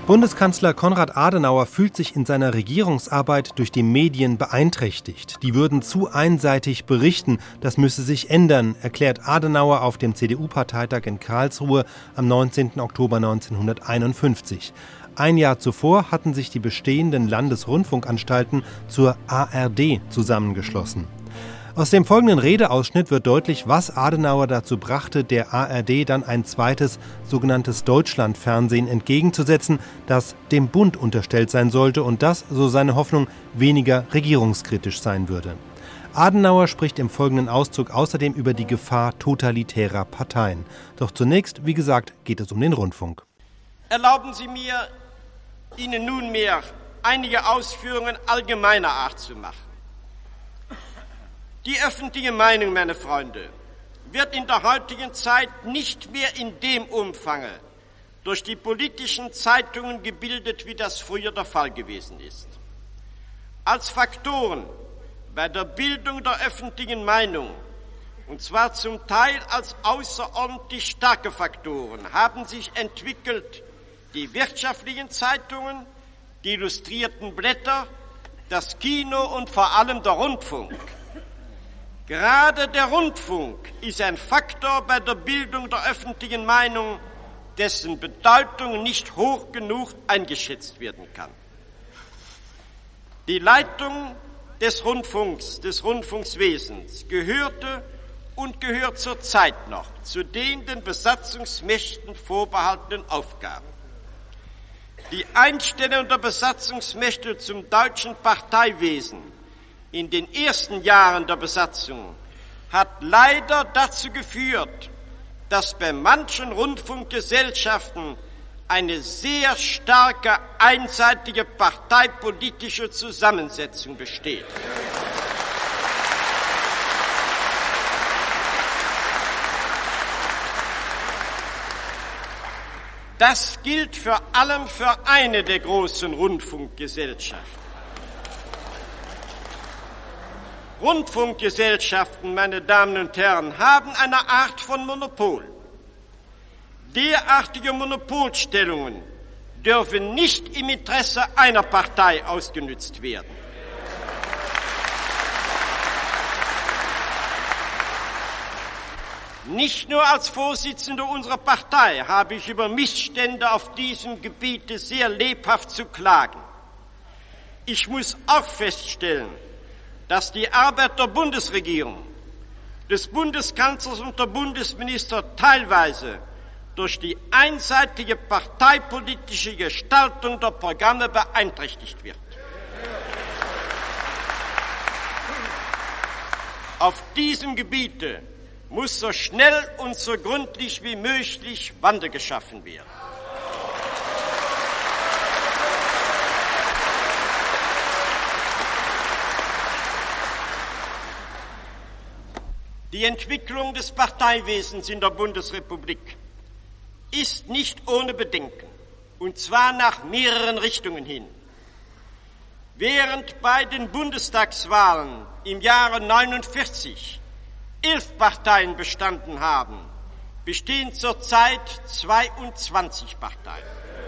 Bundeskanzler Konrad Adenauer fühlt sich in seiner Regierungsarbeit durch die Medien beeinträchtigt. Die würden zu einseitig berichten. Das müsse sich ändern, erklärt Adenauer auf dem CDU-Parteitag in Karlsruhe am 19. Oktober 1951. Ein Jahr zuvor hatten sich die bestehenden Landesrundfunkanstalten zur ARD zusammengeschlossen. Aus dem folgenden Redeausschnitt wird deutlich, was Adenauer dazu brachte, der ARD dann ein zweites, sogenanntes Deutschlandfernsehen entgegenzusetzen, das dem Bund unterstellt sein sollte und das, so seine Hoffnung, weniger regierungskritisch sein würde. Adenauer spricht im folgenden Auszug außerdem über die Gefahr totalitärer Parteien. Doch zunächst, wie gesagt, geht es um den Rundfunk. Erlauben Sie mir, Ihnen nunmehr einige Ausführungen allgemeiner Art zu machen. Die öffentliche Meinung, meine Freunde, wird in der heutigen Zeit nicht mehr in dem Umfange durch die politischen Zeitungen gebildet, wie das früher der Fall gewesen ist. Als Faktoren bei der Bildung der öffentlichen Meinung, und zwar zum Teil als außerordentlich starke Faktoren, haben sich entwickelt die wirtschaftlichen Zeitungen, die illustrierten Blätter, das Kino und vor allem der Rundfunk. Gerade der Rundfunk ist ein Faktor bei der Bildung der öffentlichen Meinung, dessen Bedeutung nicht hoch genug eingeschätzt werden kann. Die Leitung des Rundfunks, des Rundfunkswesens gehörte und gehört zurzeit noch zu den Besatzungsmächten vorbehaltenen Aufgaben. Die Einstellung der Besatzungsmächte zum deutschen Parteiwesen in den ersten Jahren der Besatzung hat leider dazu geführt, dass bei manchen Rundfunkgesellschaften eine sehr starke, einseitige parteipolitische Zusammensetzung besteht. Das gilt vor allem für eine der großen Rundfunkgesellschaften. Rundfunkgesellschaften, meine Damen und Herren, haben eine Art von Monopol. Derartige Monopolstellungen dürfen nicht im Interesse einer Partei ausgenützt werden. Nicht nur als Vorsitzender unserer Partei habe ich über Missstände auf diesem Gebiet sehr lebhaft zu klagen. Ich muss auch feststellen, dass die Arbeit der Bundesregierung, des Bundeskanzlers und der Bundesminister teilweise durch die einseitige parteipolitische Gestaltung der Programme beeinträchtigt wird. Auf diesem Gebiete muss so schnell und so gründlich wie möglich Wandel geschaffen werden. Die Entwicklung des Parteiwesens in der Bundesrepublik ist nicht ohne Bedenken, und zwar nach mehreren Richtungen hin. Während bei den Bundestagswahlen im Jahre 1949 11 Parteien bestanden haben, bestehen zurzeit 22 Parteien.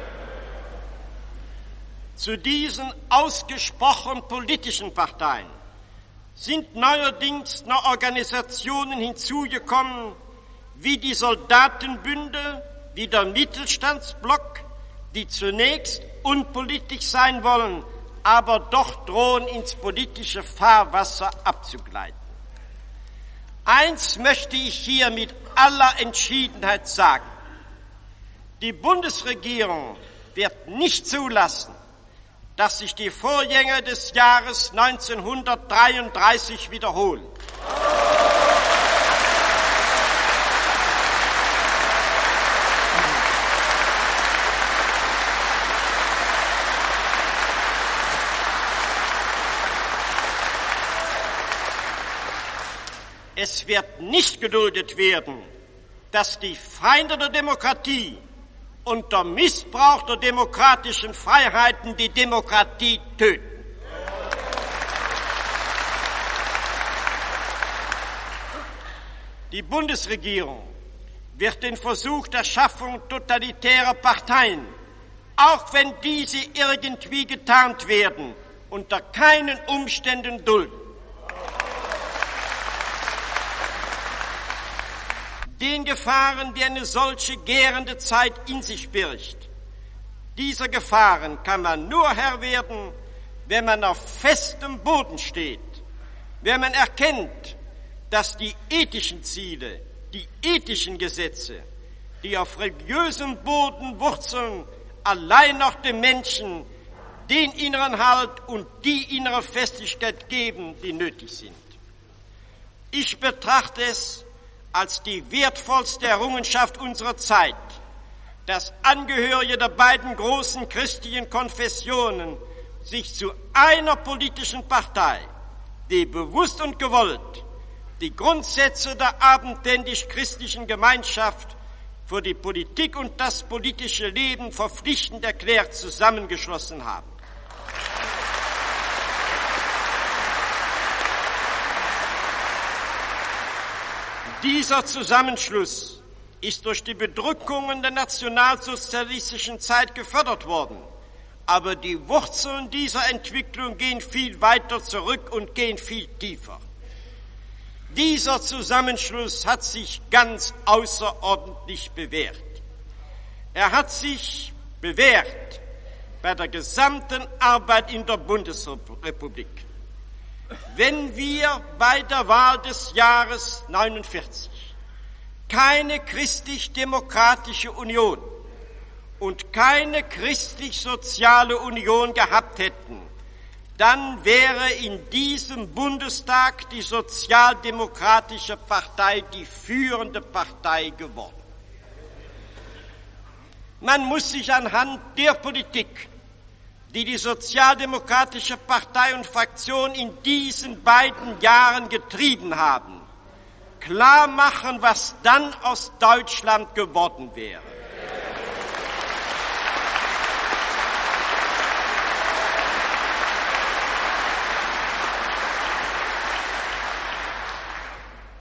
Zu diesen ausgesprochen politischen Parteien sind neuerdings noch Organisationen hinzugekommen, wie die Soldatenbünde, wie der Mittelstandsblock, die zunächst unpolitisch sein wollen, aber doch drohen, ins politische Fahrwasser abzugleiten. Eins möchte ich hier mit aller Entschiedenheit sagen: Die Bundesregierung wird nicht zulassen, dass sich die Vorgänge des Jahres 1933 wiederholen. Es wird nicht geduldet werden, dass die Feinde der Demokratie und der Missbrauch der demokratischen Freiheiten die Demokratie töten. Die Bundesregierung wird den Versuch der Schaffung totalitärer Parteien auch wenn diese irgendwie getarnt werden, unter keinen Umständen dulden. Den Gefahren, die eine solche gärende Zeit in sich birgt, dieser Gefahren kann man nur Herr werden, wenn man auf festem Boden steht, wenn man erkennt, dass die ethischen Ziele, die ethischen Gesetze, die auf religiösem Boden wurzeln, allein noch dem Menschen den inneren Halt und die innere Festigkeit geben, die nötig sind. Ich betrachte es als die wertvollste Errungenschaft unserer Zeit, dass Angehörige der beiden großen christlichen Konfessionen sich zu einer politischen Partei, die bewusst und gewollt die Grundsätze der abendländisch-christlichen Gemeinschaft für die Politik und das politische Leben verpflichtend erklärt, zusammengeschlossen haben. Dieser Zusammenschluss ist durch die Bedrückungen der nationalsozialistischen Zeit gefördert worden. Aber die Wurzeln dieser Entwicklung gehen viel weiter zurück und gehen viel tiefer. Dieser Zusammenschluss hat sich ganz außerordentlich bewährt. Er hat sich bewährt bei der gesamten Arbeit in der Bundesrepublik. Wenn wir bei der Wahl des Jahres 49 keine christlich-demokratische Union und keine christlich-soziale Union gehabt hätten, dann wäre in diesem Bundestag die Sozialdemokratische Partei die führende Partei geworden. Man muss sich anhand der Politik, die die Sozialdemokratische Partei und Fraktion in diesen beiden Jahren getrieben haben, klar machen, was dann aus Deutschland geworden wäre.